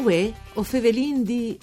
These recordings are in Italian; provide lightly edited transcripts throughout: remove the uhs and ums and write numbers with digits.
Uè, o Fevelin di...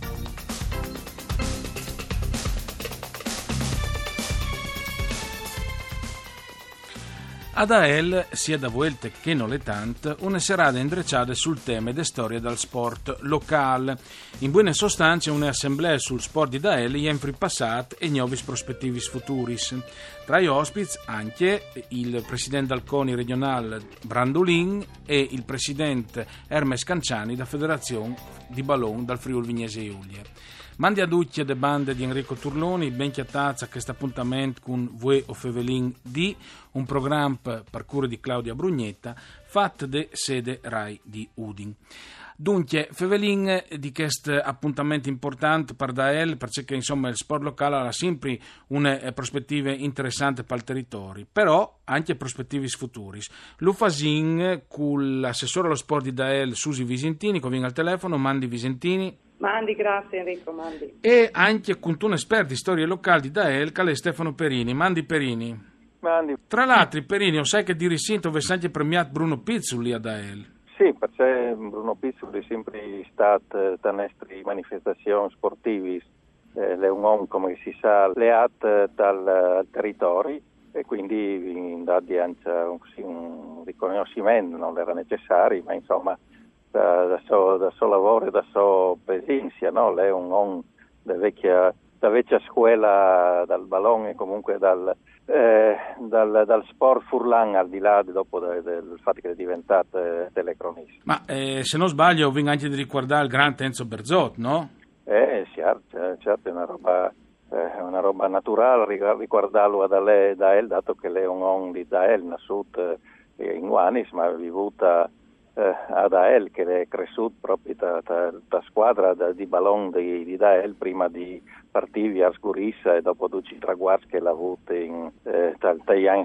Ad AEL, sia da Vuelte che non le tant, una serata indrecciata sul tema de storia del sport locale. In buona sostanza, un'assemblea sul sport di AEL gli enfri passat e nuovi prospettivis futuris. Tra gli ospiti anche il presidente del CONI regionale Brandolin e il presidente Hermes Canciani da Federazione di Ballon dal Friuli Vignese Giulia. Mandi a ducce de bande di Enrico Turloni, ben chiattazza a questo appuntamento con Vue o Fevelin di un programma per cura di Claudia Brugnetta, fatto de sede RAI di Udin. Dunque, Fevelin di questo appuntamento importante per Dael, perché insomma il sport locale ha sempre una prospettive interessanti per il territorio, però anche prospettive futuri. L'Ufasin, con l'assessore allo sport di Dael, Susi Visentini, che viene al telefono, Mandi Visentini. Mandi, grazie Enrico, mandi. E anche con un esperto di storia locale di Dael, che è Stefano Perini. Mandi Perini. Mandi. Tra l'altro, Perini, sai che di risinto avesse anche premiato Bruno Pizzoli a Dael. Sì, perché Bruno Pizzoli è sempre stato da nostre manifestazioni sportive, le un come si sa, leate dal territorio e quindi in dati anche un riconoscimento, non era necessario, ma insomma da suo lavoro e da sua presenza, no? Lei è un uomo da vecchia scuola dal ballone e comunque dal sport furlan, al di là dopo del fatto che è diventato telecronista. Ma se non sbaglio vengo anche di ricordare il grande Enzo Berzot, no? Certo, è una roba naturale riguardarlo da Dael, dato che lei è un uomo di Dael, nasciuto in Uanis, ma vivuta a Dael, che è cresciuto proprio da squadra di ballon di Dael prima di partire a Sgurissa e dopo tutti i traguardi che l'ha avuto dagli anni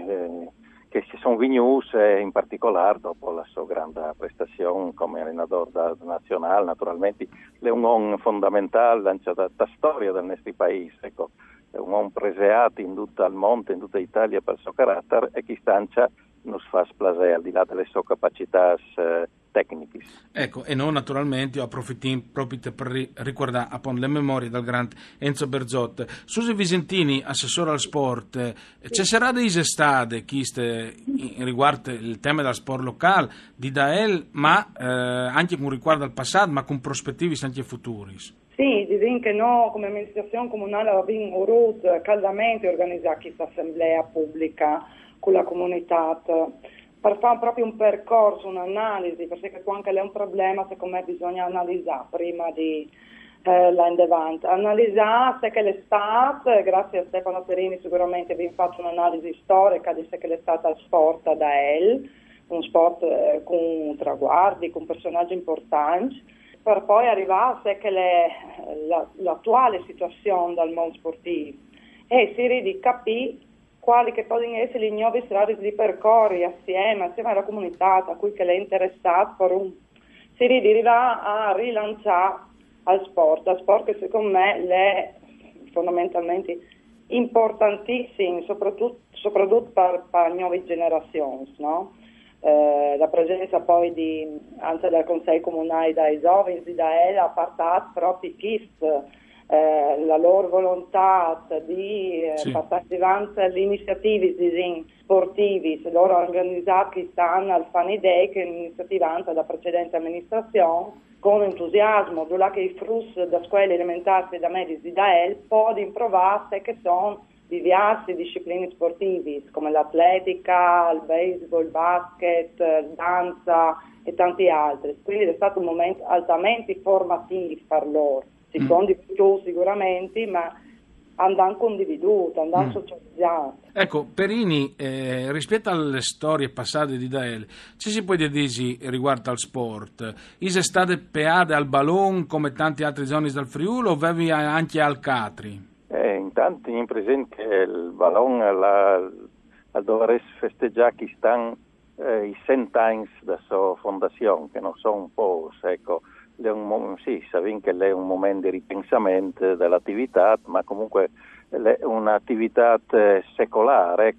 che si sono venuti, in particolare dopo la sua grande prestazione come allenatore nazionale. Naturalmente è un uomo fondamentale della storia del nostro paese, ecco. È un uomo preseato in tutto il mondo, in tutta Italia per il suo carattere e chi stancia non si fa splazare al di là delle sue capacità tecniche. Ecco, e noi naturalmente approfittiamo proprio per ricordare appunto le memorie del grande Enzo Berzot. Susi Visentini, assessore al sport, ci sarà dei estate riguardo il tema del sport locale di Dael, ma anche con riguardo al passato, ma con prospettive anche futuri? Sì, direi che noi come amministrazione comunale abbiamo voluto caldamente organizzare questa assemblea pubblica con la comunità per fare proprio un percorso, un'analisi, perché anche è un problema, secondo me bisogna analizzare prima di andare avanti. Analizzare se che l'estate, grazie a Stefano Perini sicuramente abbiamo fatto un'analisi storica di se che l'estate al sport ad AEL, un sport con traguardi, con personaggi importanti, per poi arrivare a se che l'attuale situazione del mondo sportivo e si di capire quali che possono essere le nuove strade di percorri assieme alla comunità a cui che l'è interessata si arriva a rilanciare al sport che secondo me è fondamentalmente importantissimo, soprattutto per nuove generazioni, no? La presenza poi anche del Consiglio Comunale dai giovani di Dael ha portato proprio la loro volontà di portare avanti le iniziative sportive, se loro organizzati stanno al Funny Day, che è un'iniziativa della precedente amministrazione, con entusiasmo, dove che i frutti da scuole elementari e da medie di Dael possono provare che sono diverse discipline sportive come l'atletica, il baseball, il basket, danza e tanti altri. Quindi è stato un momento altamente formativo per loro. Si condividono sicuramente, ma andando condividuto, andando socializzato. Ecco, Perini, rispetto alle storie passate di Dael, ci si può dire riguardo al sport? Is state peate al ballon come tanti altri zone del Friuli o avevi anche al Catri? Intanto in presente il ballon al dover festeggiare chi stanno i 100 anni da sua fondazione, che non sono un po', ecco. Sappiamo che è un momento di ripensamento dell'attività, ma comunque è un'attività secolare, ecco,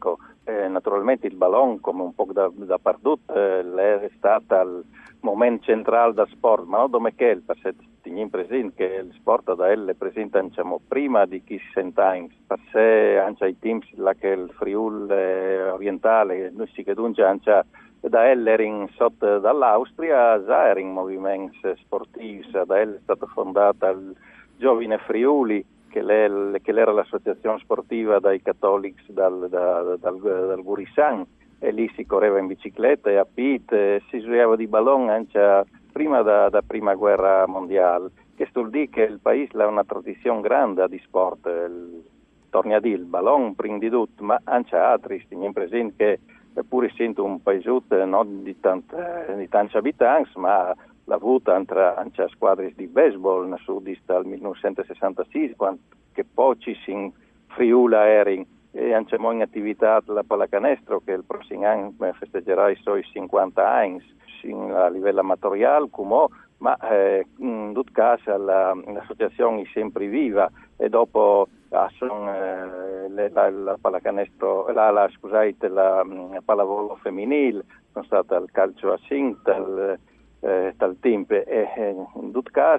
naturalmente il ballon, come un po' dappertutto, è stata il momento centrale del sport, ma non come che perché teniamo presente che il sport da elle presenta diciamo, prima di chi si senta, perché anche ai team là che il Friuli orientale, noi si che anche da elle era sotto dall'Austria, già era in movimenti sportivi, da elle è stata fondata il Giovine Friuli, che era l'associazione sportiva dai cattolici dal Gurissan, e lì si correva in bicicletta e a pied, si giocava di ballon anche prima da prima guerra mondiale, che vuol dire che il paese ha una tradizione grande di sport, torni a dire il ballon prima di tutto, ma anche altri, teniamo presente che pur essendo un paese non di tanti abitanti, ma l'ha avuto anche squadre di baseball nel sud dal 1966, che poi ci si in Friuli erano, e anche in attività la pallacanestro che il prossimo anno festeggerà i suoi 50 anni a livello amatoriale, ma in tutto caso l'associazione è sempre viva e dopo la pallacanestro, la pallavolo femminile, sono stata il calcio a 5 dal tempo e in tutto caso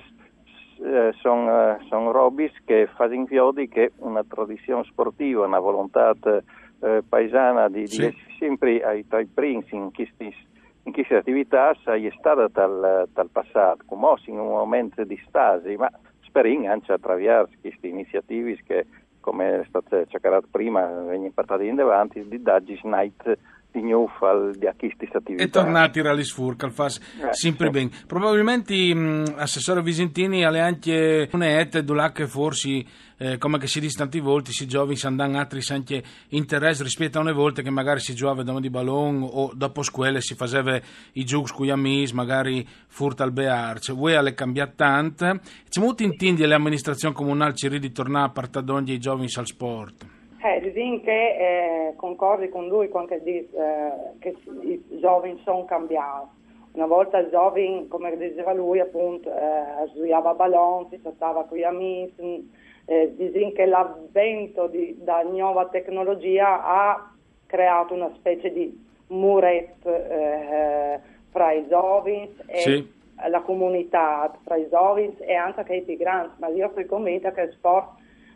sono robis che fanno fiodi che una tradizione sportiva, una volontà paesana di essere sempre tra i primi in queste attività è stata dal passato, come in un momento di stasi, ma speriamo anche attraverso queste iniziative che, come è stato cercato prima, vengono portate in avanti, di daggi night di new di acquisti attività. E tornati all'isfur, che fa sempre bene. Probabilmente assessore Visentini alle anche un'ete là che forse come che si dice tanti volte si giovi si andano altri anche interesse rispetto a una volta che magari si giocava da di ballon o dopo scuole si faceva i giochi con gli amici magari furta al bearce. Voi alle cambiate tanto, c'è molto intindi le amministrazioni comunali ci di tornare a partadoni i giovani al sport. Dico che concordi con lui quando dice che i giovani sono cambiati. Una volta il giovane, come diceva lui, appunto, giocava a ballon, si trattava con gli amici. Dicono che l'avvento da nuova tecnologia ha creato una specie di muretto fra i giovani e la comunità, fra i giovani e anche i più grandi. Ma io sono convinta che il sport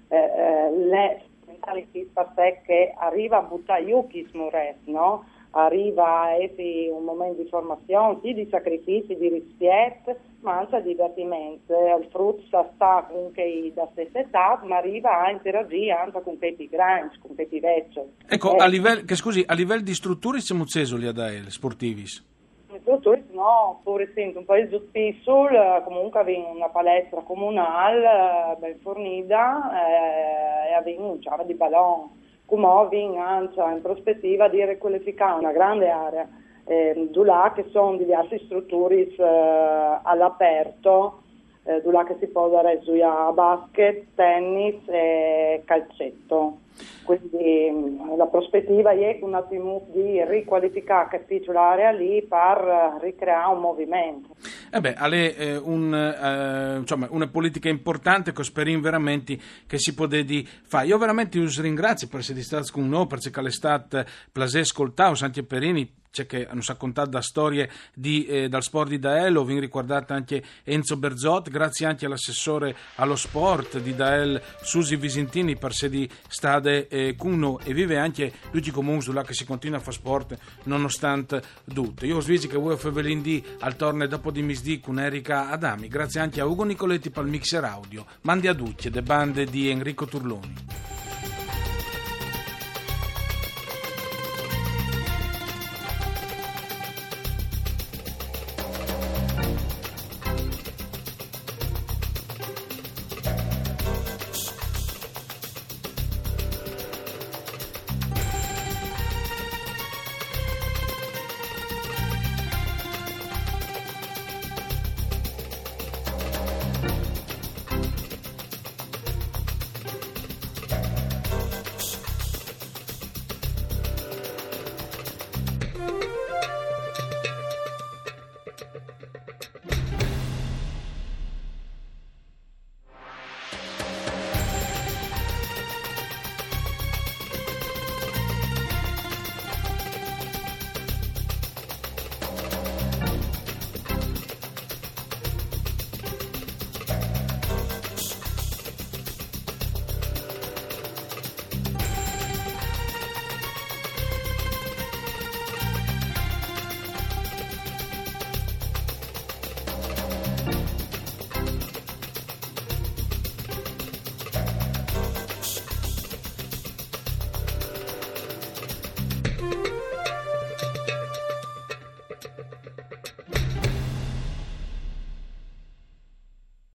che arriva a buttare giù chi no? Arriva a essere un momento di formazione, sì, di sacrifici, di rispetto, ma anche di divertimento. Il frutto sta con chi da stessa età, ma arriva a interagire anche con i più grandi, con i più vecchi. Ecco, a livello di strutture siamo cesoli ad AEL, sportivi? No, pur essendo un paese piccolo, comunque avevamo una palestra comunale ben fornita e avevamo un ciaro di ballon. Come avevamo anche in prospettiva di riqualificare una grande area, là che sono diverse strutture all'aperto, là che si può dare giocare basket, tennis e calcetto. Quindi la prospettiva è un attimo di riqualificare questa piccola area lì per ricreare un movimento. Una politica importante che speriamo veramente che si può fare. Io veramente vi ringrazio per essere stati con noi, perché all'estate plasè ascoltavo Santi Perini, c'è che hanno raccontato la storia dal sport di Dael, ho ricordato anche Enzo Berzot, grazie anche all'assessore allo sport di Dael Susi Visentini per essere stade con noi e vive anche tutti i comuni là che si continua a fare sport nonostante tutto. Io svisi che voi Fevelindì al torne dopo di misdì con Erika Adami, grazie anche a Ugo Nicoletti per il mixer audio, mandi a tutti le bande di Enrico Turloni.